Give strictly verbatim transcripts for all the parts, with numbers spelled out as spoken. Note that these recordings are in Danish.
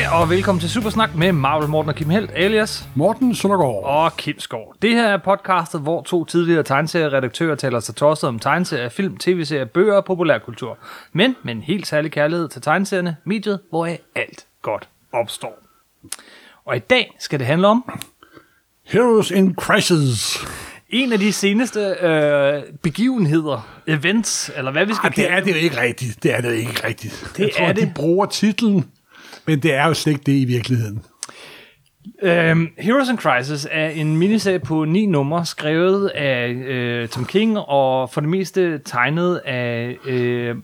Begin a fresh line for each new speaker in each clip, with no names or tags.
og velkommen til Supersnak med Marvel Morten og Kim Helt, alias
Morten Søndergaard
og Kim Skov. Det her er podcastet, hvor to tidligere tegneserieredaktører taler sig tosset om tegneserier, film, tv-serier, bøger og populærkultur. Men med en helt særlig kærlighed til tegneserierne, mediet, hvoraf alt godt opstår. Og i dag skal det handle om
Heroes in Crisis.
En af de seneste øh, begivenheder, events, eller hvad vi skal
kalde det. er det jo ikke rigtigt. Det er det ikke rigtigt.
Det
Jeg tror,
er
de
det.
bruger titlen, men det er jo slet ikke det i virkeligheden.
Um, Heroes in Crisis er en miniserie på ni numre, skrevet af uh, Tom King, og for det meste tegnet af uh,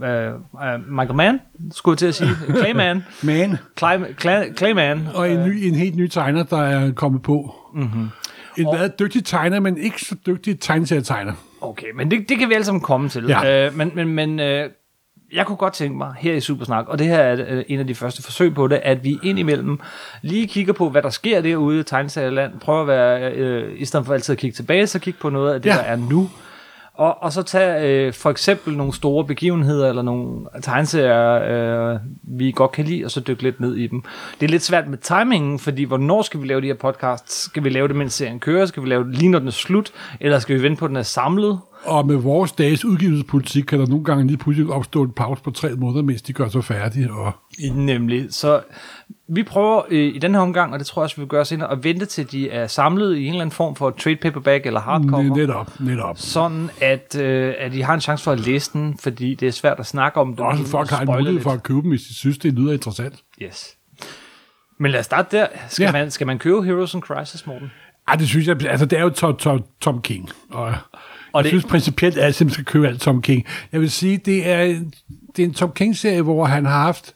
uh, Michael Mann, skulle jeg til at sige. Clayman.
Man.
Clay, Clay, Clayman.
Og en, ny, en helt ny tegner, der er kommet på.
Mm-hmm.
En og, meget dygtig tegner, men ikke så dygtig tegneserietegner.
Okay, men det, det kan vi alle sammen komme til.
Ja.
Uh, men men, men uh, jeg kunne godt tænke mig her i Supersnak, og det her er uh, en af de første forsøg på det, at vi indimellem lige kigger på, hvad der sker derude i tegneserieland. Prøver at være, uh, i stedet for altid at kigge tilbage, så kigge på noget af det, ja. der er nu. Og, og så tage øh, for eksempel nogle store begivenheder, eller nogle tegneserier, øh, vi godt kan lide, og så dykke lidt ned i dem. Det er lidt svært med timingen, fordi hvornår skal vi lave de her podcasts? Skal vi lave det, mens serien kører? Skal vi lave det lige når den er slut? Eller skal vi vente på, at den er samlet?
Og med vores dages udgivelsespolitik kan der nogle gange lige pludselig opstå en pause på tre måneder, mens de gør sig færdige. Og
Nemlig. Så vi prøver øh, i den her omgang, og det tror jeg også, vi vil gøre senere, at vente til de er samlet i en eller anden form for trade paperback eller hardcover.
Netop, netop.
Sådan, at, øh, at I har en chance for at læse den, fordi det er svært at snakke om det.
Også folk har en mulighed
lidt.
for at købe dem, hvis de synes, det lyder interessant.
Yes. Men lad os starte der. Skal,
Ja.
man, skal man købe Heroes in Crisis, Morten?
Ej, det synes jeg, altså det er jo Tom, Tom, Tom King, og, og jeg det, synes principielt, at jeg simpelthen skal købe alt Tom King. Jeg vil sige, det er, det er en Tom King-serie, hvor han har haft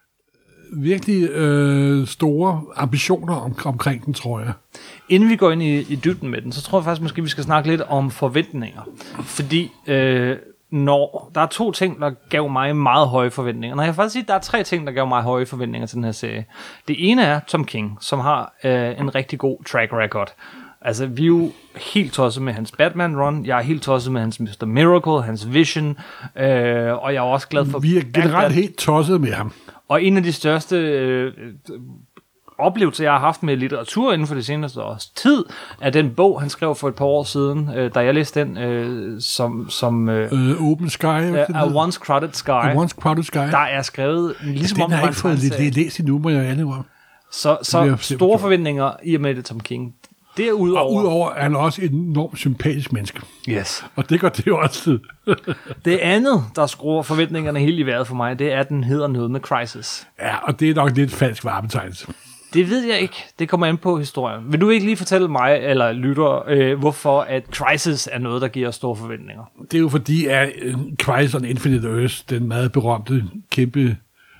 virkelig øh, store ambitioner om, omkring den, tror jeg.
Inden vi går ind i, i dybden med den, så tror jeg faktisk, måske vi skal snakke lidt om forventninger. Fordi øh, når der er to ting, der gav mig meget høje forventninger. Når jeg faktisk sige, der er tre ting, der gav mig høje forventninger til den her serie. Det ene er Tom King, som har øh, en rigtig god track record. Altså, vi er jo helt tosset med hans Batman-run. Jeg er helt tosset med hans mister Miracle, hans Vision. Øh, og jeg er også glad for...
Vi er generelt
Batman.
helt tosset med ham.
Og en af de største øh, oplevelser, jeg har haft med litteratur inden for det seneste års tid, er den bog, han skrev for et par år siden, øh, da jeg læste den, øh, som... som øh,
uh, Open Sky. Uh,
A Once Crowded Sky.
A Once Crowded Sky.
Der er skrevet... Ligesom
ja,
om
den har
var
ikke fået lidt læst endnu, må jeg andet om.
Så, så store forventninger i og med det, Tom King. Derudover,
og udover er han også en enormt sympatisk menneske.
Yes.
Og det gør det jo også.
Det andet, der skruer forventningerne helt i vejret for mig, det er, at den hedder noget med Crisis.
Ja, og det er nok lidt falsk varebetegnelse.
Det ved jeg ikke. Det kommer an på historien. Vil du ikke lige fortælle mig, eller lytter, øh, hvorfor at Crisis er noget, der giver store forventninger?
Det er jo fordi, at Crisis on Infinite Earth, den meget berømte, kæmpe,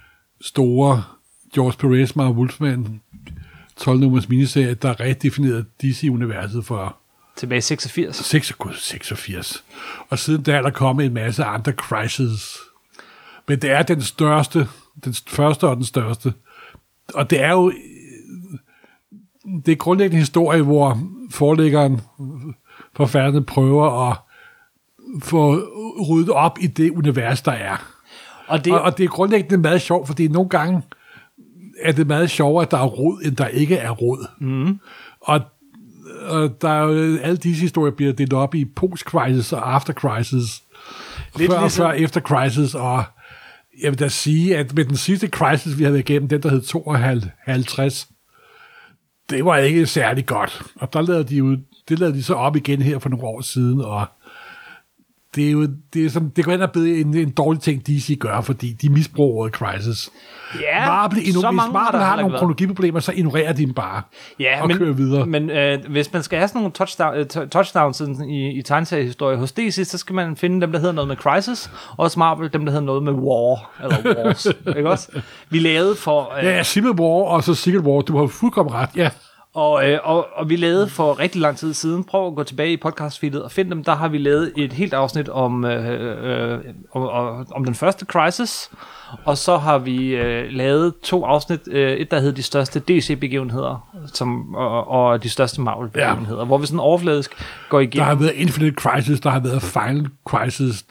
store George Perez, Mark Wolfman, tolv-nummers miniserie, der redefinerede D C-universet for...
Tilbage i seksogfirs.
seksogfirs. Og siden der er der kommet en masse andre Crisis. Men det er den største, den første og den største. Og det er jo... Det er grundlæggende en historie, hvor forlæggeren, forfatterne, prøver at få ryddet op i det univers, der er. Og det, og, og det er grundlæggende meget sjovt, fordi nogle gange er det meget sjovere, at der er rod, end der ikke er rod.
Mm.
Og, og der er jo, alle disse historier bliver delt op i post-crisis og after-crisis. Lidt før, ligesom... før efter-crisis, og jeg vil da sige, at med den sidste crisis, vi havde igennem, den der hed tooghalvtreds, det var ikke særlig godt. Og der lavede de jo, det lavede de så op igen her for nogle år siden, og det er jo, det er som, det går ind og blive en, en dårlig ting, D C gør, fordi de misbruger ordet Crisis.
Ja,
Marvel,
så mange
hvis Marvel
har,
har nogle kronologiproblemer, så ignorerer de dem bare
ja,
og
men,
kører videre.
Men øh, hvis man skal have sådan nogle touchdown, uh, touchdowns i, i tegneseriehistorie hos D C, så skal man finde dem, der hedder noget med Crisis, og hos Marvel, dem, der hedder noget med War, eller Wars, ikke også? Vi lavede for...
Øh, ja, Civil War og så Secret War, du har fuldkommen ret, ja.
Og, øh, og, og vi lavede for rigtig lang tid siden, prøv at gå tilbage i podcastfeedet og finde dem, der har vi lavet et helt afsnit om, øh, øh, om, om den første Crisis, og så har vi øh, lavet to afsnit, øh, et der hed de største D C-begivenheder, som, og, og de største Marvel-begivenheder, ja. Hvor vi sådan overfladisk går igennem.
Der har været Infinite Crisis, der har været Final Crisis,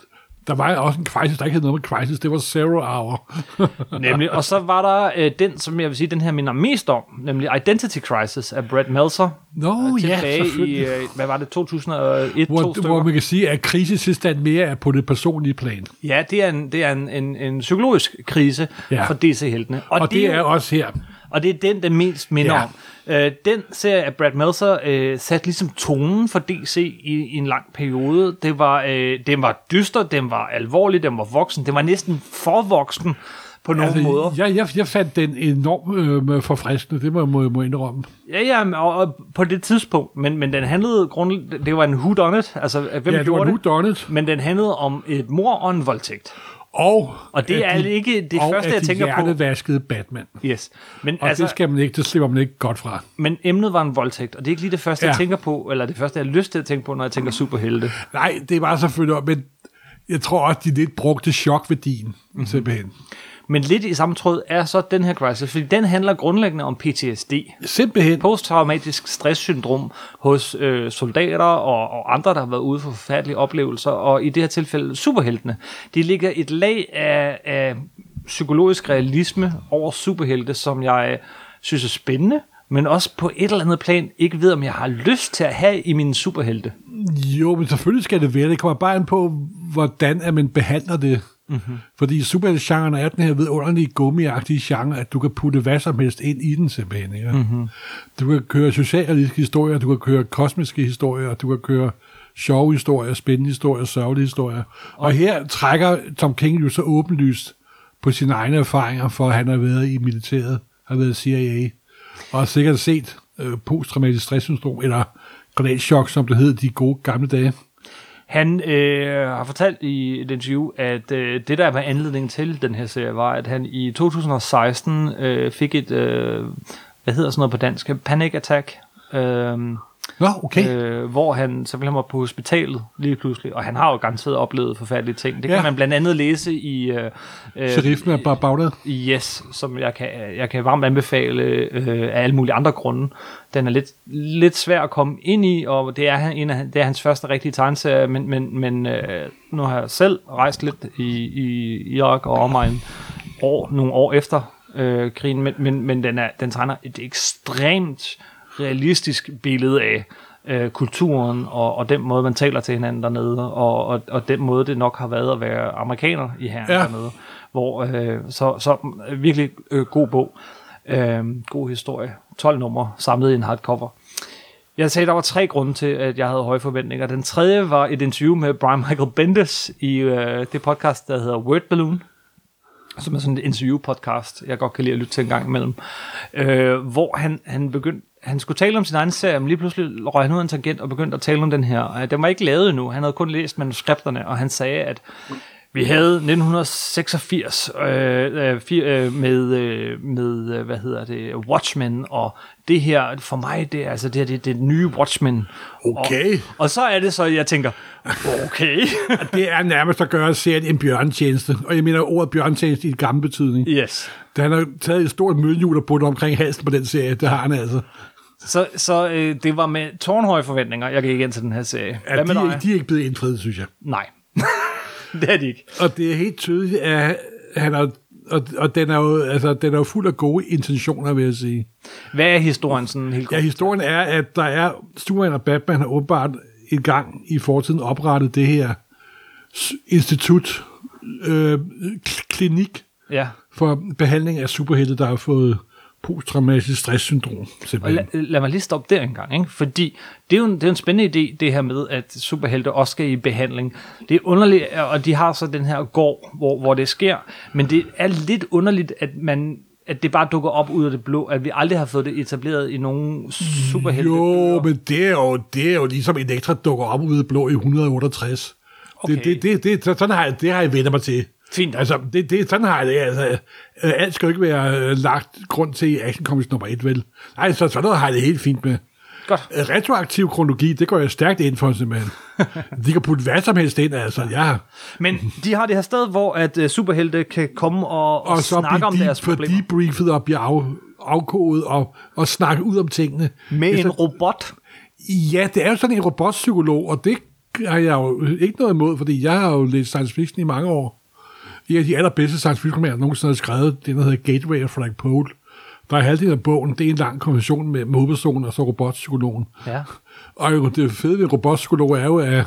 Der var også en crisis, der ikke hed noget med crisis, det var Zero Hour.
Nemlig, og så var der øh, den, som jeg vil sige, den her minder mest om, nemlig Identity Crisis af Brett Meltzer.
Nå, ja,
tilbage i,
selvfølgelig.
øh, hvad var det, to tusind og et,
Hvor,
to stykker?
hvor man kan sige, at krisistilstand mere er på det personlige plan.
Ja, det er en, det er en, en, en psykologisk krise
Ja.
for D C-heltene.
Og, og det, det er også her.
Og det er den, der mest minder
Ja.
om. Øh, den serie af Brad Meltzer øh, satte ligesom tonen for D C i, i en lang periode. Det var, øh, den var dyster, den var alvorlig, den var voksen. Den var næsten for voksen på nogle
Altså,
måder.
jeg, jeg, jeg fandt den enormt øh, forfriskende, det må jeg må, må indrømme.
Ja, ja, og, og på det tidspunkt. Men, men den handlede grundlæggende, det var en whodunit. Altså, hvem
Ja, det var
gjorde
en
det?
whodunit.
Men den handlede om et mor og en voldtægt.
Og,
Og det er
at de,
ikke det
og
første,
at
jeg
de
tænker på.
hjernevaskede Batman.
Yes. Men,
Og altså, det skal man ikke, det slipper man ikke godt fra.
men emnet var en voldtægt, og det er ikke lige det første, ja. jeg
Ja.
tænker på, eller det første, jeg har lyst til at tænke på, når jeg tænker superhelte.
Nej, det var selvfølgelig, men jeg tror også, de lidt brugte chokværdien, mm-hmm. simpelthen.
Men lidt i samme tråd er så den her crisis, fordi den handler grundlæggende om P T S D.
Simpelthen.
Posttraumatisk stresssyndrom hos øh, soldater og, og andre, der har været ude for forfærdelige oplevelser, og i det her tilfælde superheltene. De ligger et lag af, af psykologisk realisme over superhelte, som jeg synes er spændende, men også på et eller andet plan ikke ved, om jeg har lyst til at have i mine superhelte.
Jo, men selvfølgelig skal det være. Det kommer bare an på, hvordan at man behandler det. Mm-hmm. Fordi superhelte-genren er den her vidunderlige gummiagtige genre, at du kan putte hvad som helst ind i den simpelthen. Ikke? Mm-hmm. Du kan køre socialrealistiske historier, du kan køre kosmiske historier, du kan køre sjove historier, spændende historier, sørgelige historier. Og her trækker Tom King jo så åbenlyst på sine egne erfaringer, for at han har været i militæret, har været i C I A, og har sikkert set øh, posttraumatisk stresssyndrom, eller granatchok, som det hed de gode gamle dage.
Han øh, har fortalt i et interview, at øh, det, der var anledningen til den her serie, var, at han i to tusind og seksten øh, fik et, øh, hvad hedder sådan noget på dansk, panic attack, øh,
Nå, okay.
øh, hvor han simpelthen var på hospitalet lige pludselig, og han har jo garanteret oplevet forfærdelige ting. Det kan
Ja.
man blandt andet læse i... Øh, øh,
Sheriffen af Bagdad.
Yes, som jeg kan, jeg kan varmt anbefale øh, af alle mulige andre grunde. Den er lidt, lidt svær at komme ind i, og det er, en af, det er hans første rigtige tegneserie, men, men, men øh, nu har jeg selv rejst lidt i, i Irak og omegn år, nogle år efter øh, krigen, men, men, men den, er, den tegner et ekstremt realistisk billede af øh, kulturen og, og den måde, man taler til hinanden dernede, og, og, og den måde, det nok har været at være amerikaner i her
Ja.
dernede. Hvor, øh, så, så virkelig øh, god bog. Øh, god historie. tolv numre samlet i en hardcover. Jeg sagde, der var tre grunde til, at jeg havde høje forventninger. Den tredje var et interview med Brian Michael Bendis i øh, det podcast, der hedder Word Balloon, som er sådan et interview-podcast, jeg godt kan lide at lytte til en gang imellem, øh, hvor han, han begyndte, han skulle tale om sin egen serie, men lige pludselig røg han ud af en tangent og begyndte at tale om den her. Den var ikke lavet endnu, han havde kun læst manuskripterne, og han sagde, at vi havde nitten seksogfirs øh, øh, øh, med, øh, med, øh, hvad hedder det, Watchmen, og det her, for mig, det er altså det, her, det, det er det nye Watchmen.
Okay.
Og, og så er det så, jeg tænker, okay.
Det er nærmest at gøre serien en bjørntjeneste, og jeg mener ordet bjørntjeneste i et gammel betydning.
Yes.
Da han har taget et stort møllehjul og puttet omkring halsen på den serie, det har han altså.
Så, så øh, det var med tårnhøje forventninger, jeg gik ind til den her serie.
Ja,
Hvad med
de,
dig?
de er ikke blevet indfriet, synes jeg.
Nej, det er de ikke.
Og det er helt tydeligt, at han er, og, og den, er jo, altså, den er jo fuld af gode intentioner, vil jeg sige.
Hvad er historien sådan helt
Ja,
kort?
historien er, at der er Superman og Batman har åbenbart en gang i fortiden oprettet det her s- institut, øh, k- klinik
Ja.
for behandling af superhelte, der har fået posttraumatisk stresssyndrom.
Og
Simpelthen.
lad, lad mig lige stoppe der en gang, ikke? Fordi det er, jo en, det er jo en spændende idé, det her med, at superhelte også skal i behandling. Det er underligt, og de har så den her gård, hvor, hvor det sker, men det er lidt underligt, at man at det bare dukker op ud af det blå, at vi aldrig har fået det etableret i nogen superhelte.
Jo, men det er jo, det er jo ligesom Elektra dukker op ude i blå i et hundrede otteogtres.
Okay.
Det, det, det, det, sådan har jeg, det har jeg vendt mig til.
Fint.
Altså, det, det, sådan har jeg det. Altså, øh, alt skal jo ikke være øh, lagt grund til i Action Comics nummer et, vel? Nej, så sådan noget har jeg det helt fint med.
Godt.
Øh, Retroaktiv kronologi, det går jeg stærkt ind for, simpelthen. De kan putte hvad som helst ind, altså. Ja.
Men de har det her sted, hvor at uh, superhelte kan komme og, og,
Og så
snakke om
blive
deres
de, for
problemer.
debriefet og blive af, afkodet og, og snakke ud om tingene.
Med
Hvis
en
der-
robot.
Ja, det er jo sådan en robotpsykolog, og det har jeg jo ikke noget imod, fordi jeg har jo læst science fiction i mange år. En af de allerbedste science fiction, jeg nogensinde har skrevet, det der hedder Gateway of Frank Pohl. Der er halvdelen af bogen, det er en lang konversation med, med hovedpersonen og så robotpsykologen.
Ja.
Og jo, det fede ved robotpsykologer er jo, at,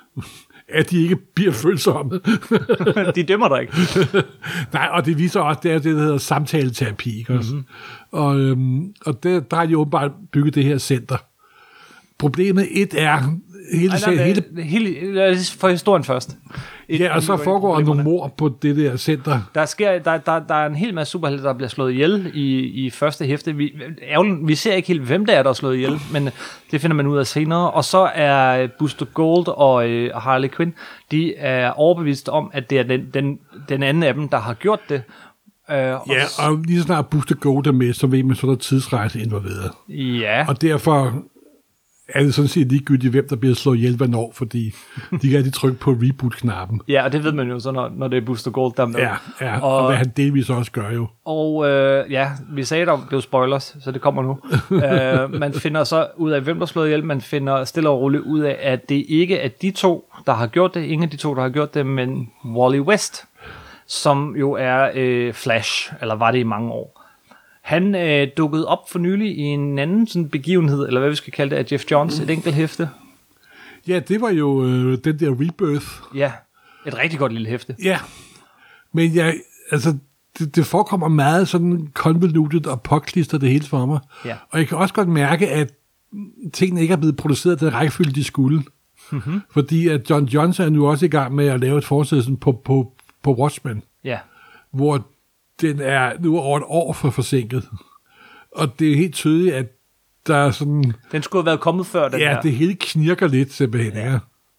at de ikke bliver følsomme.
De dømmer dig ikke.
Nej, og det viser også, det er det, der hedder samtaleterapi. Ikke også? Mm-hmm. Og, øhm, og det, der har de åbenbart bygget det her center. Problemet et er... Hele,
Ej, nej,
hele,
hele, for historien først. Et,
ja, og så foregår der nogle mord på det der center.
Der, sker, der, der, der er en hel masse superhelte, der bliver slået ihjel i, i første hæfte. Vi, ærgerligt, vi ser ikke helt, hvem der er, der er slået ihjel, men det finder man ud af senere. Og så er Booster Gold og øh, Harley Quinn, de er overbevist om, at det er den, den, den anden af dem, der har gjort det. Øh,
ja, og, og lige snart Booster Gold er med, så ved man, så er der tidsrejse involveret.
Ja.
Og derfor er det sådan set ligegyldigt, hvem der bliver slået ihjel hvornår, fordi de kan altid trykke på reboot-knappen.
Ja, og det ved man jo så, når, når det er Booster Gold, der er med.
Ja, ja og, og hvad han delvis også gør jo.
Og øh, ja, vi sagde, der blev spoilers, så det kommer nu. øh, man finder så ud af, hvem der slået ihjel. Man finder stille og roligt ud af, at det ikke er de to, der har gjort det. Ingen af de to, der har gjort det, men Wally West, som jo er øh, Flash, eller var det i mange år. Han øh, dukkede op for nylig i en anden sådan begivenhed, eller hvad vi skal kalde det, af Jeff Johns, et enkelt hæfte.
Ja, det var jo øh, den der Rebirth.
Ja, et rigtig godt lille hæfte.
Ja, men jeg, altså, det, det forekommer meget sådan convoluted og påklistret det hele for mig.
Ja.
Og jeg kan også godt mærke, at tingene ikke er blevet produceret den rækkefølge, de skulle. Mm-hmm. Fordi at John Johnson er nu også i gang med at lave et forsættelse på, på, på Watchmen.
Ja.
Hvor den er nu over et år for forsinket. Og det er helt tydeligt, at der er sådan...
Den skulle have været kommet før, den
ja,
her.
det hele knirker lidt, simpelthen. Ja.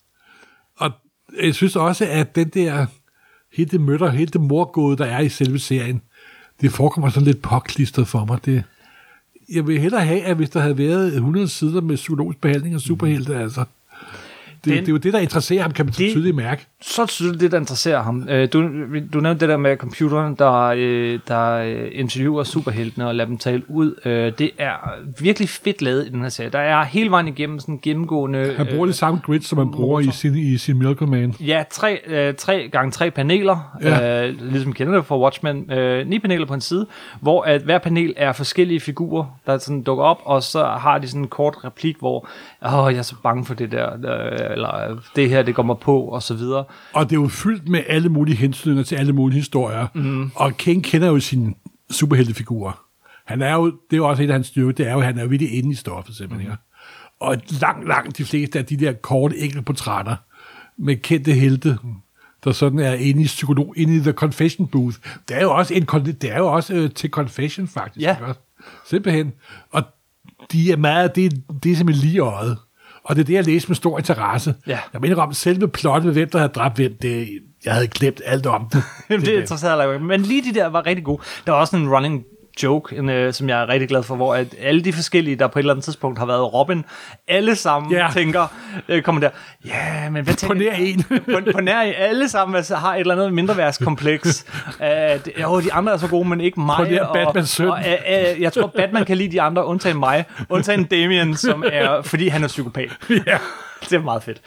Og jeg synes også, at den der... Hele det møtter, hele det morgåde, der er i selve serien, det forekommer sådan lidt påklistret for mig. Det, jeg vil hellere have, at hvis der havde været hundrede sider med psykologisk behandling og superhelte, altså... Det,
Den,
det er jo det, der interesserer ham, kan man det, tydeligt mærke.
Så tydeligt det, der interesserer ham. Du, du nævnte det der med computeren, der, der interviewer superheltene og lader dem tale ud. Det er virkelig fedt lavet i den her serie. Der er hele vejen igennem sådan en gennemgående...
Han bruger det samme grid, som man bruger i sin, i sin Miracle Man.
Ja, tre, øh, tre gange tre paneler, ja. øh, ligesom vi kender det fra Watchmen. Øh, ni paneler på en side, hvor at hver panel er forskellige figurer, der sådan dukker op, og så har de sådan en kort replik, hvor åh, jeg er så bange for det der... Øh, eller det her, det går mig på, og så videre.
Og det er jo fyldt med alle mulige hensynninger til alle mulige historier. Mm. Og King kender jo sine superheltefigurer. Han er jo, det er jo også et af hans styrke, det er jo, han er jo virkelig inde i stoffet, simpelthen. Mm. Og langt, langt de fleste af de der korte, enkle portrætter med kendte helte, der sådan er inde i psykolog, inde i The Confession Booth. Det er jo også, en, det er jo også øh, til Confession, faktisk.
Ja.
Simpelthen. Og de er meget, det, det er simpelthen lige øjet. Og det er det, jeg læste med stor interesse.
Ja.
Jeg mener om selve plottet med, hvem der havde dræbt hvem, det, jeg havde glemt alt om det.
det, det er interessant. Men lige de der var rigtig gode. Der var også en running joke, en, øh, som jeg er rigtig glad for, hvor at alle de forskellige, der på et eller andet tidspunkt har været Robin, alle sammen yeah. tænker, øh, kommer der, ja, yeah, men hvad tænker...
På nær en.
på, på nær en. Alle sammen altså, har et eller andet mindreværdskompleks. uh, det, jo, de andre er så gode, men ikke mig.
På nær Batmans søn.
Og, uh, uh, jeg tror, Batman kan lide de andre, undtagen mig. Undtagen Damien, som er, fordi han er psykopat.
Ja. Yeah.
Det er meget fedt.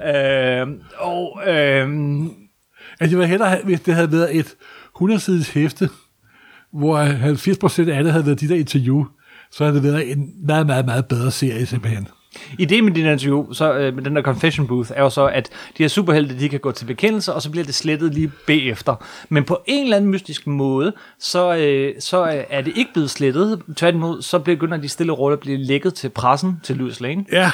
uh, og... Uh,
altså, jeg ville hellere have, hvis det havde været et hundrede-sides hæfte, hvor halvfirs procent af det havde været de der interview, så havde det været en meget, meget, meget bedre serie simpelthen.
Ideen med din interview, så, øh, med den der Confession Booth, er jo så, at de her superhelte, de kan gå til bekendelse, og så bliver det slettet lige bagefter. Men på en eller anden mystisk måde, så, øh, så øh, er det ikke blevet slettet. Tværtimod, så begynder de stille og roligt at blive lækket til pressen, til Lois Lane.
Ja.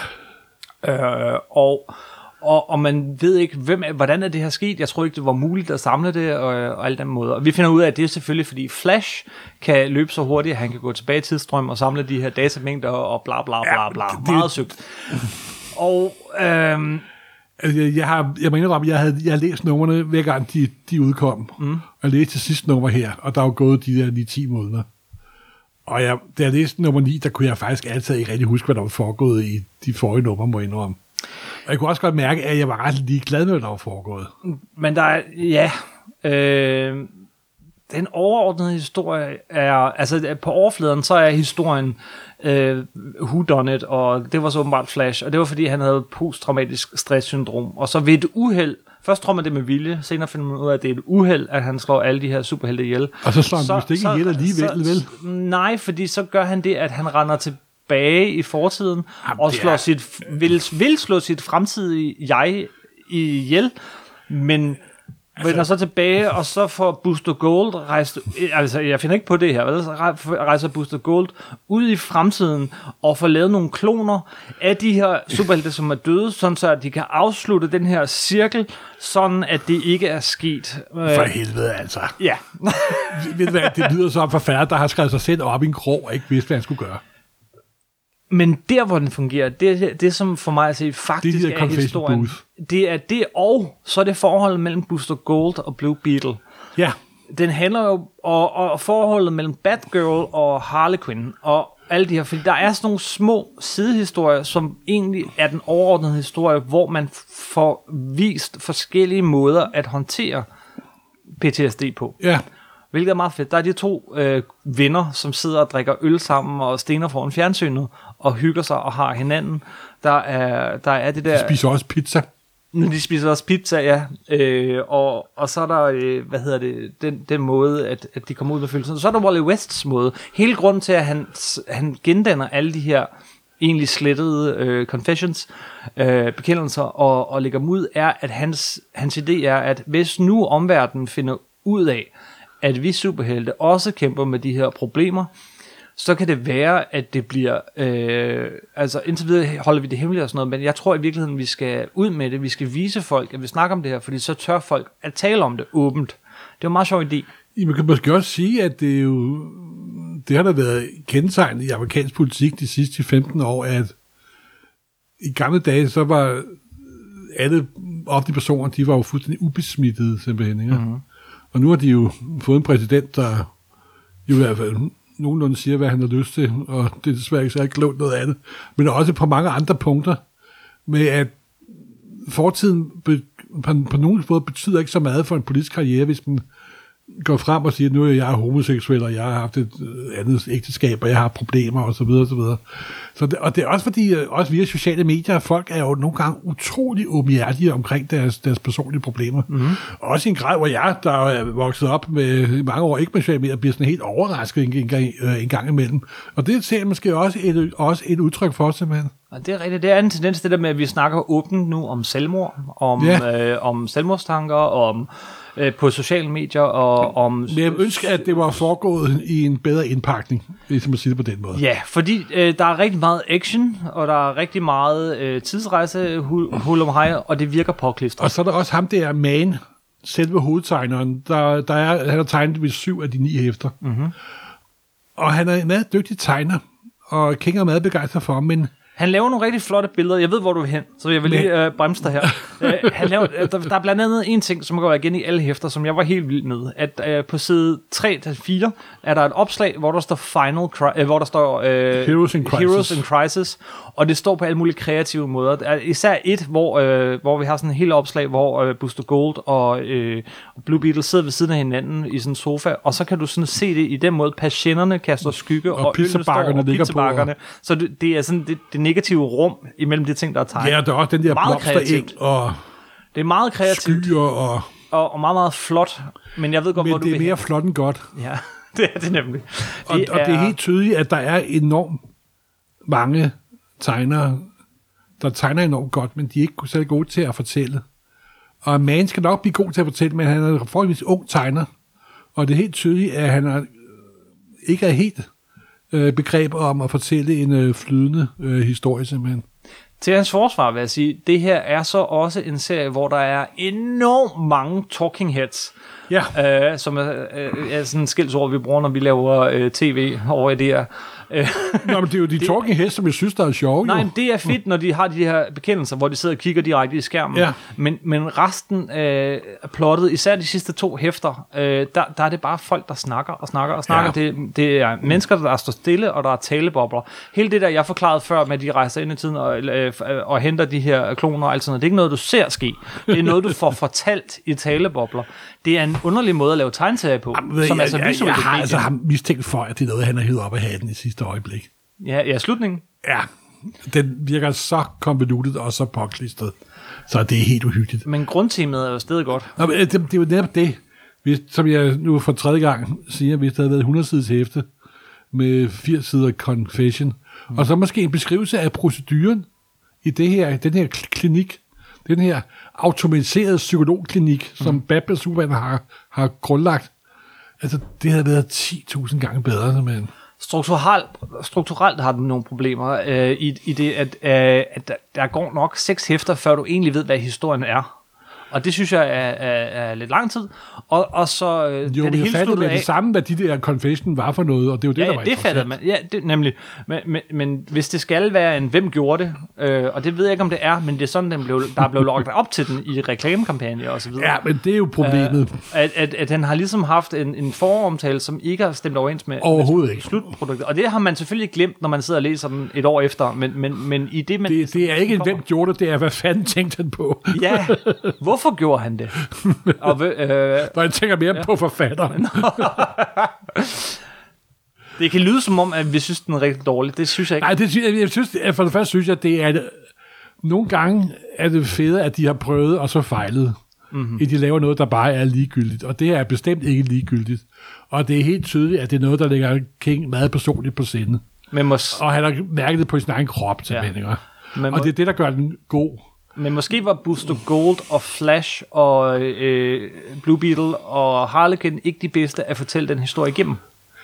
Øh, og... Og, og man ved ikke, hvem, hvordan er det her sket. Jeg tror ikke, det var muligt at samle det og, og alle den måde. Og vi finder ud af, at det er selvfølgelig, fordi Flash kan løbe så hurtigt, at han kan gå tilbage i tidsstrøm og samle de her datamængder og bla bla bla bla. Ja, det, meget søgt. Og øhm,
altså, jeg, jeg har, jeg mener om, jeg havde, jeg har læst numrene hver gang de, de udkom. Mm. Og jeg læste til sidste nummer her, og der er jo gået de der ni ti måneder. Og jeg, da jeg læste nummer ni, der kunne jeg faktisk altid ikke rigtig huske, hvad der var foregået i de forrige numre, må jeg indrømme. Og jeg kunne også godt mærke, at jeg var ret ligeglad med, hvad der var foregået.
Men der er, ja, øh, den overordnede historie er, altså på overfladen, så er historien øh, whodunit, og det var så åbenbart Flash, og det var fordi, han havde posttraumatisk stresssyndrom, og så ved et uheld, først tror man det med vilje, senere finder man ud af, at det er et uheld, at han slår alle de her superhelte ihjel.
Og så slår han vist ikke ihjel alligevel,
så,
vel?
Nej, fordi så gør han det, at han render tilbage i fortiden, Jamen, og slår er... sit, vil, vil slå sit fremtidige jeg ihjel, men altså, vender så tilbage, og så får Booster Gold rejst, altså jeg finder ikke på det her, vel? Så rejser Booster Gold ud i fremtiden, og får lavet nogle kloner af de her superhelte, som er døde, sådan så at de kan afslutte den her cirkel, sådan at det ikke er sket.
For helvede altså.
Ja.
Ved du hvad, det lyder som forfatter, der har skrevet sig selv op i en krog, og ikke vidste, hvad han skulle gøre.
Men der, hvor den fungerer, det er det, som for mig at se faktisk
det er,
er historien. Booth. Det er det, og så er det forholdet mellem Booster Gold og Blue Beetle.
Ja.
Den handler jo og, og forholdet mellem Batgirl og Harley Quinn og alle de her, fordi der er sådan nogle små sidehistorier, som egentlig er den overordnede historie, hvor man får vist forskellige måder at håndtere P T S D på.
Ja.
Hvilket er meget fedt. Der er de to øh, venner, som sidder og drikker øl sammen og stener foran fjernsynet og hygger sig og har hinanden. Der er, der er det der...
De spiser også pizza.
De spiser også pizza, ja. Øh, og, og så er der, øh, hvad hedder det, den, den måde, at, at de kommer ud med følelsen. Så er der Wally Wests måde. Hele grunden til, at han, han gendanner alle de her egentlig slettede øh, confessions, øh, bekendelser og, og lægger dem ud, er, at hans, hans idé er, at hvis nu omverdenen finder ud af, at vi superhelte også kæmper med de her problemer, så kan det være, at det bliver, øh, altså indtil videre holder vi det hemmeligt og sådan noget, men jeg tror i virkeligheden, vi skal ud med det, vi skal vise folk, at vi snakker om det her, fordi så tør folk at tale om det åbent. Det er en meget sjov idé.
Man kan måske også sige, at det er jo, det har da været kendetegnet i amerikansk politik de sidste femten år, at i gamle dage, så var alle offentlige personer, de var jo fuldstændig ubesmittede simpelthen, ikke? Mm-hmm. Og nu har de jo fået en præsident, der jo i hvert fald nogenlunde siger, hvad han har lyst til, og det er desværre ikke så ikke klogt noget af det. Men også på mange andre punkter, med at fortiden be, på, på nogen måde betyder ikke så meget for en politisk karriere, hvis man går frem og siger, nu er jeg homoseksuel, og jeg har haft et andet ægteskab, og jeg har problemer, og så videre, og så videre. Så det, og det er også fordi, også via sociale medier, folk er jo nogle gange utrolig åbenhjertige omkring deres, deres personlige problemer. Mm-hmm. Også i en grad, hvor jeg, der er vokset op med mange år, ikke med sociale medier, bliver sådan helt overrasket en, en, gang, en gang imellem. Og det ser måske også et, også et udtryk for, simpelthen.
Og det er rigtigt. Det er en tendens, det der med, at vi snakker åbent nu om selvmord, om, ja. øh, om selvmordstanker, om øh, på sociale medier, og om...
Men jeg ønsker, at det var foregået i en bedre indpakning, hvis man siger det på den måde.
Ja, fordi øh, der er rigtig meget action, og der er rigtig meget øh, tidsrejse, hul om hej, og det virker påklistret.
Og så er der også ham der, Man, selve hovedtegneren, der, der er, han har tegnet ved syv af de ni hæfter. Mm-hmm. Og han er en meget dygtig tegner, og King er meget begejstret for ham, men...
Han laver nogle rigtig flotte billeder. Jeg ved, hvor du er hen, så jeg vil lige øh, bremse dig her. uh, han laver, der, der er blandt andet en ting, som går igen i alle hæfter, som jeg var helt vild med. At uh, på side tre til fire er der et opslag, hvor der står Final Cri- uh, hvor der står uh,
Heroes in Crisis.
Heroes in Crisis, og det står på alle mulige kreative måder. Der er især et, hvor, uh, hvor vi har sådan en helt opslag, hvor uh, Booster Gold og uh, Blue Beetle sidder ved siden af hinanden i sådan en sofa, og så kan du sådan se det i den måde, patienterne kaster skygge, og,
og pizzabakkerne ligger på. Og...
Så det, det er sådan det, det negative rum imellem de ting, der er tegnet.
Ja, der er også den der blomstereng og
det er meget kreativt.
Skyer og...
og... Og meget, meget flot. Men jeg ved godt,
men
hvor du vil
det er mere flot end godt.
Ja, det er det nemlig. Det
og, er... og det er helt tydeligt, at der er enormt mange tegnere, der tegner enormt godt, men de er ikke særlig gode til at fortælle. Og Man skal nok blive god til at fortælle, men han er en forholdsvis ung tegner. Og det er helt tydeligt, at han er, ikke er helt... begreb om at fortælle en øh, flydende øh, historie simpelthen.
Til hans forsvar vil jeg sige, det her er så også en serie, hvor der er enormt mange talking heads.
Ja.
Øh, som er, øh, er sådan en skældsord, vi bruger, når vi laver øh, tv over i det her.
Nå, men det er jo de det, talking heads, som jeg synes, der er sjove.
Nej, det er fedt, når de har de her bekendelser, hvor de sidder og kigger direkte i skærmen.
Ja.
Men, men resten øh, er plottet, især de sidste to hæfter, øh, der, der er det bare folk, der snakker og snakker og snakker. Ja. Det, det er mennesker, der står stille, og der er talebobler. Hele det der, jeg forklarede før, med at de rejser ind i tiden og, øh, øh, og henter de her kloner og alt sådan noget. Det er ikke noget, du ser ske. Det er noget, du får fortalt i talebobler. Det er en underlig måde at lave tegneserier på,
Jamen,
som
jeg,
altså
jeg,
visuelt
jeg, jeg har
et
altså
medie.
ham mistænkt for, at det er noget, han har hævet op af hatten i sidste øjeblik.
Ja, ja, slutningen.
Ja, den virker så konvolutet og så påklistret, så det er helt uhyggeligt.
Men grundtemaet er jo stadig godt.
Nå, men det, det er jo netop det, hvis, som jeg nu for tredje gang siger, hvis der havde været hundrede siders hæfte med firs sider confession, mm. og så måske en beskrivelse af proceduren i det her, den her klinik, den her automatiserede psykologklinik, mm. som Batman Superman har, har grundlagt. Altså, det havde været ti tusind gange bedre, simpelthen.
Strukturelt, strukturelt har den nogle problemer øh, i, i det, at, øh, at der, der går nok seks hæfter, før du egentlig ved, hvad historien er. Og det synes jeg er, er, er lidt lang tid. Og, og så øh,
jo,
det
men jeg fattede med
af,
det samme, hvad de der confession var for noget, og det er jo det,
ja,
der var
det fattede man. Ja, det, nemlig. Men, men, men hvis det skal være en, hvem gjorde det, øh, og det ved jeg ikke, om det er, men det er sådan, den blev, der er blevet logget op til den i reklamekampagner og så videre.
Ja, men det er jo problemet.
Øh, at, at, at den har ligesom haft en, en foromtale, som ikke har stemt overens med,
Overhovedet
med
ikke.
slutproduktet. Og det har man selvfølgelig glemt, når man sidder og læser den et år efter. Men, men, men i det, man...
Det, det er ikke en, hvem gjorde det, det er, hvad fanden tænkte han på?
Ja, hvorfor gjorde han det? Og, øh,
Når jeg tænker mere ja. på forfatteren.
Det kan lyde som om, at vi synes, den er rigtig dårlig. Det synes jeg ikke.
Nej, det, jeg, jeg synes, for det første synes jeg, at det er... Nogle gange er det fedt, at de har prøvet, og så fejlet. Mm-hmm. At de laver noget, der bare er ligegyldigt. Og det er bestemt ikke ligegyldigt. Og det er helt tydeligt, at det er noget, der ligger King meget personligt på sinde.
Men mås-
og han har mærket det på sin egen krop, til
Ja.
ja.
Men
Og det er det, der gør den god.
Men måske var Booster Gold og Flash og øh, Blue Beetle og Harlequin ikke de bedste at fortælle den historie igennem.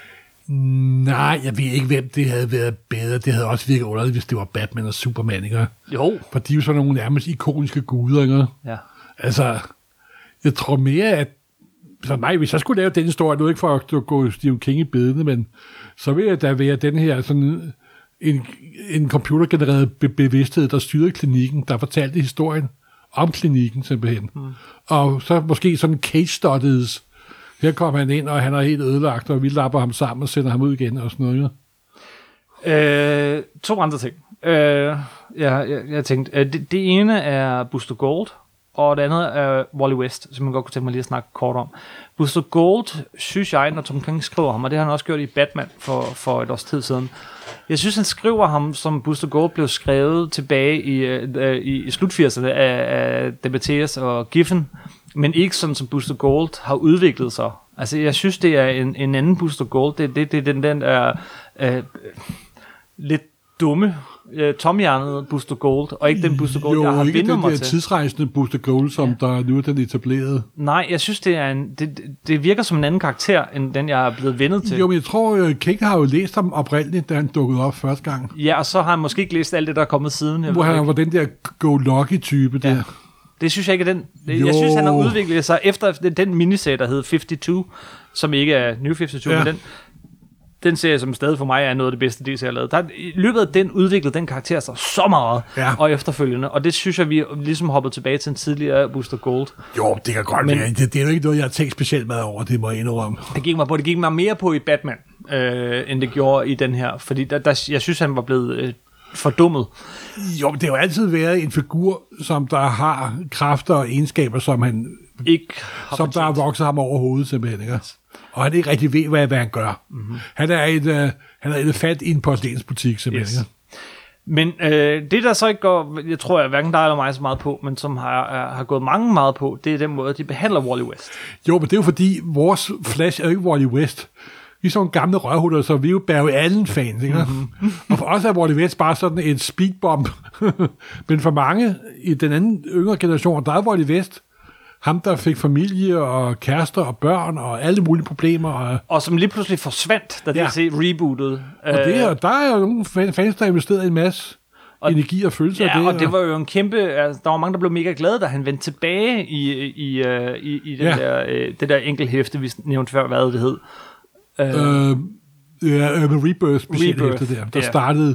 Nej, jeg ved ikke, hvem det havde været bedre. Det havde også virket underligt, hvis det var Batman og Superman, ikke?
Jo.
For de er jo sådan nogle nærmest ikoniske guder, ikke?
Ja.
Altså, jeg tror mere, at for mig, hvis jeg skulle lave den historie, nu ikke for at gå Stephen King i bedene, men så vil jeg da være den her sådan en, en computergenereret be- bevidsthed, der styrede klinikken, der fortalte historien om klinikken simpelthen. Mm. Og så måske sådan case studies. Her kommer han ind, og han er helt ødelagt, og vi lapper ham sammen og sender ham ud igen og sådan noget.
Øh, to andre ting. Øh, ja, jeg, jeg tænkte, øh, det, det ene er Booster Gold, og det andet er Wally West, som jeg godt kunne tænke mig lige at snakke kort om. Booster Gold, synes jeg, når Tom King skriver ham, og det har han også gjort i Batman for, for et års tid siden. Jeg synes, han skriver ham, som Booster Gold blev skrevet tilbage i, øh, i, i slut firserne af, af Debateres og Giffen, men ikke sådan, som Booster Gold har udviklet sig. Altså, jeg synes, det er en, en anden Booster Gold. Det, det, det, den, den der øh, lidt dumme, øh, tomhjernede Booster Gold, og ikke den Booster Gold,
jo,
jeg har
ikke
vendt mig
den
til.
der tidsrejsende Booster Gold, som ja. der nu er den etableret.
Nej, jeg synes, det er en, det, det virker som en anden karakter, end den, jeg er blevet vendet til.
Jo, men jeg tror, King har jo læst ham oprindeligt, da han dukkede op første gang.
Ja, og så har han måske ikke læst alt det, der er kommet siden. Jeg
Hvor han var den der go-lucky-type
ja.
der.
Det synes jeg ikke er den.
Jo.
Jeg synes, han har udviklet sig efter den miniserie, der hed femoghalvtreds, som ikke er New femoghalvtreds, ja. men den, den serie, som stadig for mig er noget af det bedste, D C har lavet. Der, i løbet af den udviklede den karakter sig så meget,
ja.
og efterfølgende. Og det synes jeg, vi ligesom hoppet tilbage til en tidligere Booster Gold.
Jo, det kan godt være. Det, det er jo ikke noget, jeg har tænkt specielt meget over, det må jeg indrømme.
Det gik mig på. Det gik mig mere på i Batman, øh, end det gjorde i den her. Fordi der, der, jeg synes, han var blevet øh, fordummet.
Jo, men det har jo altid været en figur, som der har kræfter og egenskaber, som han
ikke
har som der har vokset ham over hovedet, simpelthen. Ikke? Og han ikke rigtig ved, hvad, hvad han gør. Mm-hmm. Han er et, uh, han er elefant i en porcelænsbutik, simpelthen. Yes.
Men øh, det, der så ikke går, jeg tror, jeg hverken dig eller mig så meget på, men som har, er, har gået mange meget på, det er den måde, de behandler Wally West.
Jo, men det er jo fordi, vores Flash er jo ikke Wally West. Vi er sådan gamle rørhutter, så vi er jo Barry Allen-fans, ikke? Mm-hmm. Og for os er Wally West bare sådan et speedbomb. Men for mange i den anden yngre generation, der er Wally West ham, der fik familie og kærester og børn og alle mulige problemer. Og,
og som lige pludselig forsvandt, da
ja.
D C rebootede.
Og det er, der er jo nogle fans, der investerede en masse og, energi og følelser
ja,
af det.
og det var jo en kæmpe... Altså, der var mange, der blev mega glade, da han vendte tilbage i, i, i, i, i den
ja.
der, øh, det der enkelthæfte, vi nævnte før, hvad det hed.
Øh, ja, Urban Rebirth specielt efter der, der ja. startede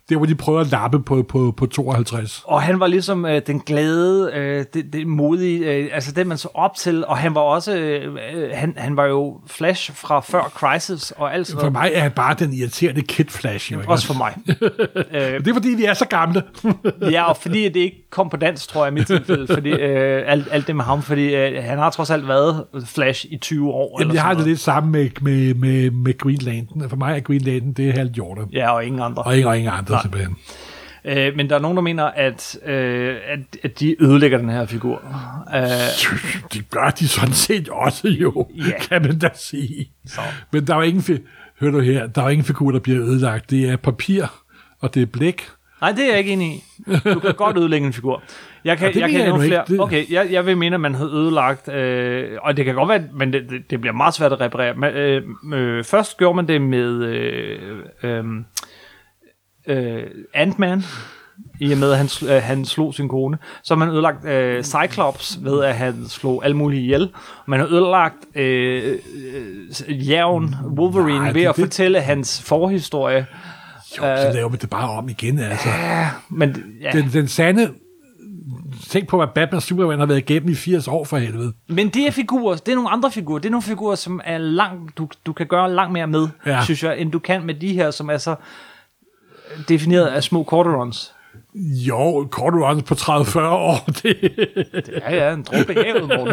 Der, hvor de prøver at lappe på, på, på tooghalvtreds.
Og han var ligesom øh, den glade, øh, det, det modige, øh, altså den man så op til, og han var også, øh, han, han var jo Flash fra før Crisis og alt sådan
For
noget.
mig er han bare den irriterende Kid Flash. Jo,
Også for mig.
øh, det er fordi, vi er så gamle.
Ja, og fordi det ikke kom på dansk, tror jeg, i mit tilfælde, fordi øh, alt, alt det med ham, fordi øh, han har trods alt været Flash i tyve år.
Jamen,
eller
jeg har
sådan
det
noget.
lidt sammen med, med, med, med Green Lantern. For mig er Green Lantern, det er Hal Jordan.
Ja, og ingen andre.
Og ingen, og ingen andre,
Nej.
simpelthen.
Øh, men der er nogen, der mener, at, øh, at, at de ødelægger den her figur. Øh,
Det gør de sådan set også jo,
Ja.
kan man da sige.
Så.
Men der er jo ingen, fi- hør du her, der er ingen figur, der bliver ødelagt. Det er papir, og det er blæk.
nej, det er jeg ikke enig i. Du kan godt ødelægge en figur. Jeg kan,
Ja, det
jeg
mener
kan
jeg
nævne
nu
flere.
ikke. Det-
Okay, jeg, jeg vil mene, at man havde ødelagt, øh, og det kan godt være, men det, det, det bliver meget svært at reparere. Men, øh, øh, først gjorde man det med øh, øh, øh, Ant-Man, i og med, at han, sl- øh, han slog sin kone. Så har man ødelagt øh, Cyclops ved, at han slog alle mulige ihjel. Man har ødelagt øh, øh, jævn Wolverine
Nej,
ved
det-
at
det-
fortælle hans forhistorie.
Jo, så laver man det bare om igen, altså.
Men ja.
Den, den sande... Tænk på, hvad Batman og Superman har været igennem i firs år for helvede.
Men det er figurer, det er nogle andre figurer. Det er nogle figurer, som er langt, du, du kan gøre langt mere med,
Ja.
synes jeg, end du kan med de her, som er så defineret af små quarter-runs.
Jo, kort runs på tredive til fyrre år, det...
Ja, ja, en dråbe i havet, Morten.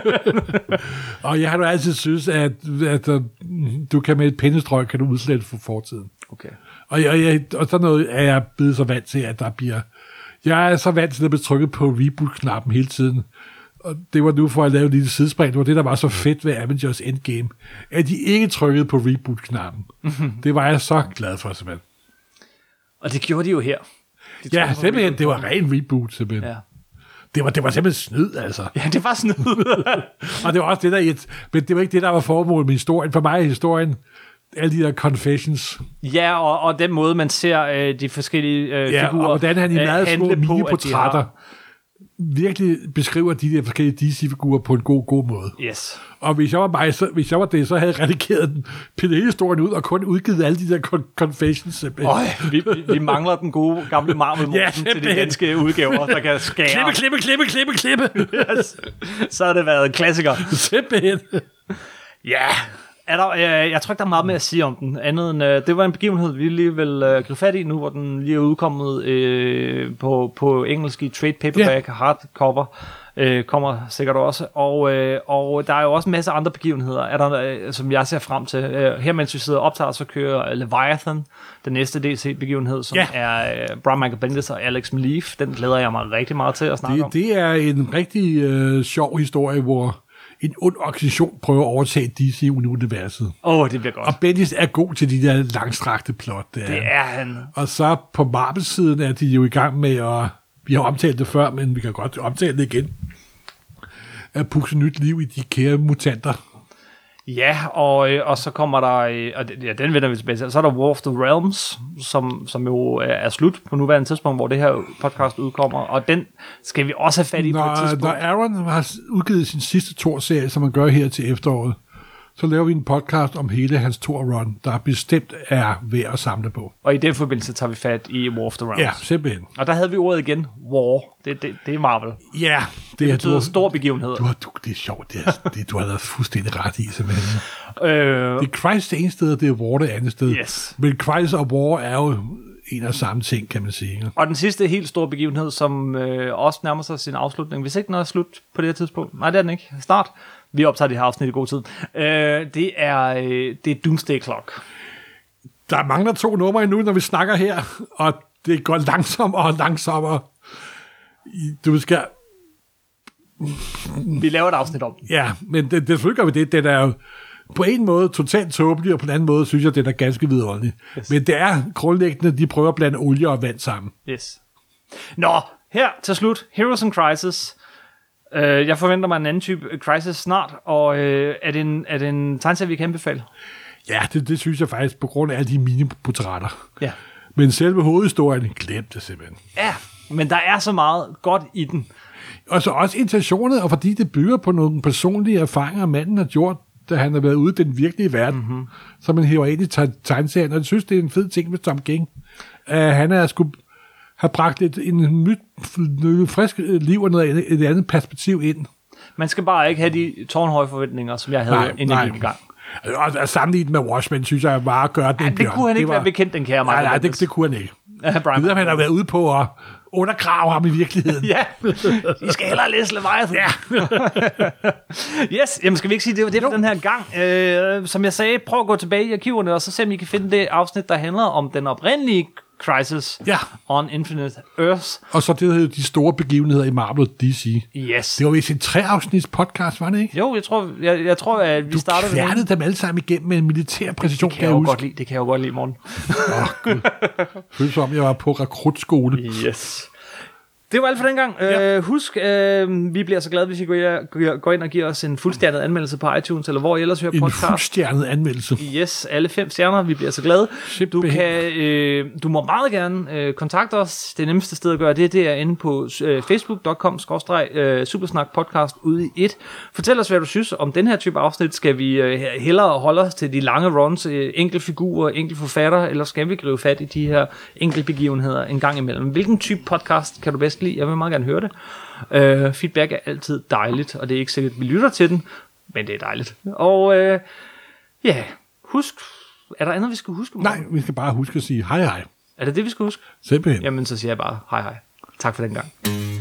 Og jeg har jo altid synes, at, at, at du kan med et pennestrøg, kan du udslette for fortiden.
Okay.
Og, jeg, jeg, og sådan noget er jeg blevet så vant til, at der bliver... Jeg er så vant til at blive trykket på reboot-knappen hele tiden. Og det var nu for at lave et lille sidespring. Det var det, der var så fedt ved Avengers Endgame. At de ikke trykkede på reboot-knappen. Det var jeg så glad for, simpelthen.
Og det gjorde de jo her. De
Ja,
trykker på
simpelthen.
reboot.
Det var ren reboot, simpelthen.
Ja.
Det var, det var simpelthen snyd, altså.
Ja, det var snyd.
Og det var også det, der... Et, men det var ikke det, der var formålet med historien. For mig er historien alle de der confessions.
Ja, og, og den måde, man ser øh, de forskellige øh,
Ja,
figurer
og hvordan han i
øh,
meget små
handle på, at de
miniportrætter
har-
virkelig beskriver de der forskellige D C-figurer på en god, god måde.
Yes.
Og hvis jeg var mig, så, hvis jeg var det, så havde jeg redigeret den, pillet hele historien ud, og kun udgivet alle de der con- confessions.
Øj, vi, vi, vi mangler den gode gamle Marvel
Ja,
ja, til de
simpelthen.
danske udgaver, der kan skære.
Klippe, klippe, klippe, klippe, klippe.
Så har det været en klassiker.
Simpelthen.
Ja, er der, øh, jeg tror ikke, der er meget mere at sige om den. Andet end, øh, det var en begivenhed, vi lige vil øh, gribe fat i nu, hvor den lige er udkommet øh, på, på engelsk i trade paperback, yeah. hardcover. Øh, kommer sikkert også. Og, øh, og der er jo også en masse andre begivenheder, er der, øh, som jeg ser frem til. Øh, her mens vi sidder og optager, så kører Leviathan, den næste D C-begivenhed, som
Ja.
er øh, Brian Michael Bendis og Alex Maleev. Den glæder jeg mig rigtig meget til at snakke om.
Det, det er en rigtig øh, sjov historie, hvor en ond organisation prøver at overtage D C-universet.
Åh, oh, det bliver godt.
Og Bendis er god til de der langstrakte plot. Der.
Det er han.
Og så på Marvel-siden er de jo i gang med at... Vi har omtalt det før, men vi kan godt omtale det igen. At pusse nyt liv i de kære mutanter.
Ja, og, øh, og så kommer der, øh, og det- ja, den vender vi tilbage til, så er der War of the Realms, som, som jo øh, er slut på nuværende tidspunkt, hvor det her podcast udkommer, og den skal vi også have fat i på et
Når,
tidspunkt.
når Aaron har udgivet sin sidste Thor-serie, som man gør her til efteråret, så laver vi en podcast om hele hans Thor-run, der bestemt er værd at samle på.
Og i den forbindelse tager vi fat i War of the Realms.
Ja, simpelthen.
Og der havde vi ordet igen, War, det, det, det er Marvel. Det
Ja, det, er
betyder
du,
stor begivenhed.
du, har, du, det er sjovt. Det, er, det du har været fuldstændig ret i, simpelthen.
Øh,
Det er Christ det ene sted, og det er War det andet sted.
Yes.
Men Christ og War er jo en af samme ting, kan man sige.
og den sidste helt store begivenhed, som øh, også nærmer sig sin afslutning, hvis ikke den er slut på det her tidspunkt. Nej, det er den ikke. Snart. Vi optager det her afsnit i god tid. Øh, det, er, øh, det er Doomsday Clock.
Der mangler to numre endnu, når vi snakker her, og det går langsommere og langsommere. I- Du skal...
Vi laver et afsnit om den.
Ja, men det, det selvfølgelig gør vi det. Den er jo på en måde totalt tåbelig, og på den anden måde synes jeg, den er ganske vidunderlig.
Yes.
Men det er grundlæggende, de prøver at blande olie og vand sammen.
Yes. Nå, her til slut, Heroes in Crisis. Uh, jeg forventer mig en anden type Crisis snart, og uh, er det en, er det en tegneserie, vi kan anbefale?
Ja, det, det synes jeg faktisk, på grund af alle de mini-portrætter.
Ja.
Men selve hovedhistorien, glem det simpelthen.
Ja, men der er så meget godt i den.
Og så også intentionen, og fordi det bygger på nogle personlige erfaringer, manden har gjort, da han har været ude i den virkelige verden, mm-hmm. som man hæver ind i te- tegneserien, og jeg synes, det er en fed ting med Tom King, at han er skulle have bragt et en nyt, nyt frisk liv og noget, et andet perspektiv ind.
Man skal bare ikke have de tårnhøje forventninger, som jeg havde,
Nej,
inden
nej.
jeg gik i gang.
Og at sammenlignet med Watchmen, synes jeg bare at gøre det
Ja,
en
det
bjørn.
kunne han ikke
var,
være bekendt, den kære Michael
Nej, nej, det,
Bendis.
det kunne han ikke.
Ja, Brian.
Videre, han har været ude på at undergrave ham i virkeligheden.
Ja, I skal hellere læse Leviathan.
Ja.
Yes, jamen skal vi ikke sige, det var det for den her gang. Øh, som jeg sagde, prøv at gå tilbage i arkiverne, og så se, om I kan finde det afsnit, der handler om den oprindelige Crisis
Ja.
on Infinite Earths.
Og så det hedder de store begivenheder i Marvel og D C.
Yes.
Det var vist en tre-afsnits podcast, var det ikke?
Jo, jeg tror, jeg, jeg tror at vi
Du
startede med
kværnede dem alle sammen igennem med en militær præcision,
det kan jeg jo godt lide, det kan jeg jo godt lide, Morten.
Føles som, jeg var på rekrutskole.
Yes. Det var alt for den gang. Ja. Uh, husk, uh, vi bliver så glade, hvis I går, går ind og giver os en fuldstjernet anmeldelse på iTunes, eller hvor I ellers hører
En
podcast.
fuldstjernet anmeldelse.
Yes, alle fem stjerner, vi bliver så glade. Du, kan, øh, du må meget gerne øh, kontakte os. Det nemmeste sted at gøre det, det er inde på øh, facebook punktum com skråstreg supersnak podcast ude i et. Fortæl os, hvad du synes om den her type afsnit. Skal vi øh, hellere holde os til de lange runs, øh, enkelte figurer, enkelte forfatter, eller skal vi gribe fat i de her enkelte begivenheder en gang imellem? Hvilken type podcast kan du bedst lide? Jeg vil meget gerne høre det. Øh, feedback er altid dejligt, og det er ikke sikkert, at vi lytter til den, men det er dejligt. Og øh, ja, husk, er der andet, vi skal huske?
Nej, vi skal bare huske at sige hej hej.
Er det det, vi skal huske?
Simpelthen.
Jamen, så siger jeg bare hej hej. Tak for den gang.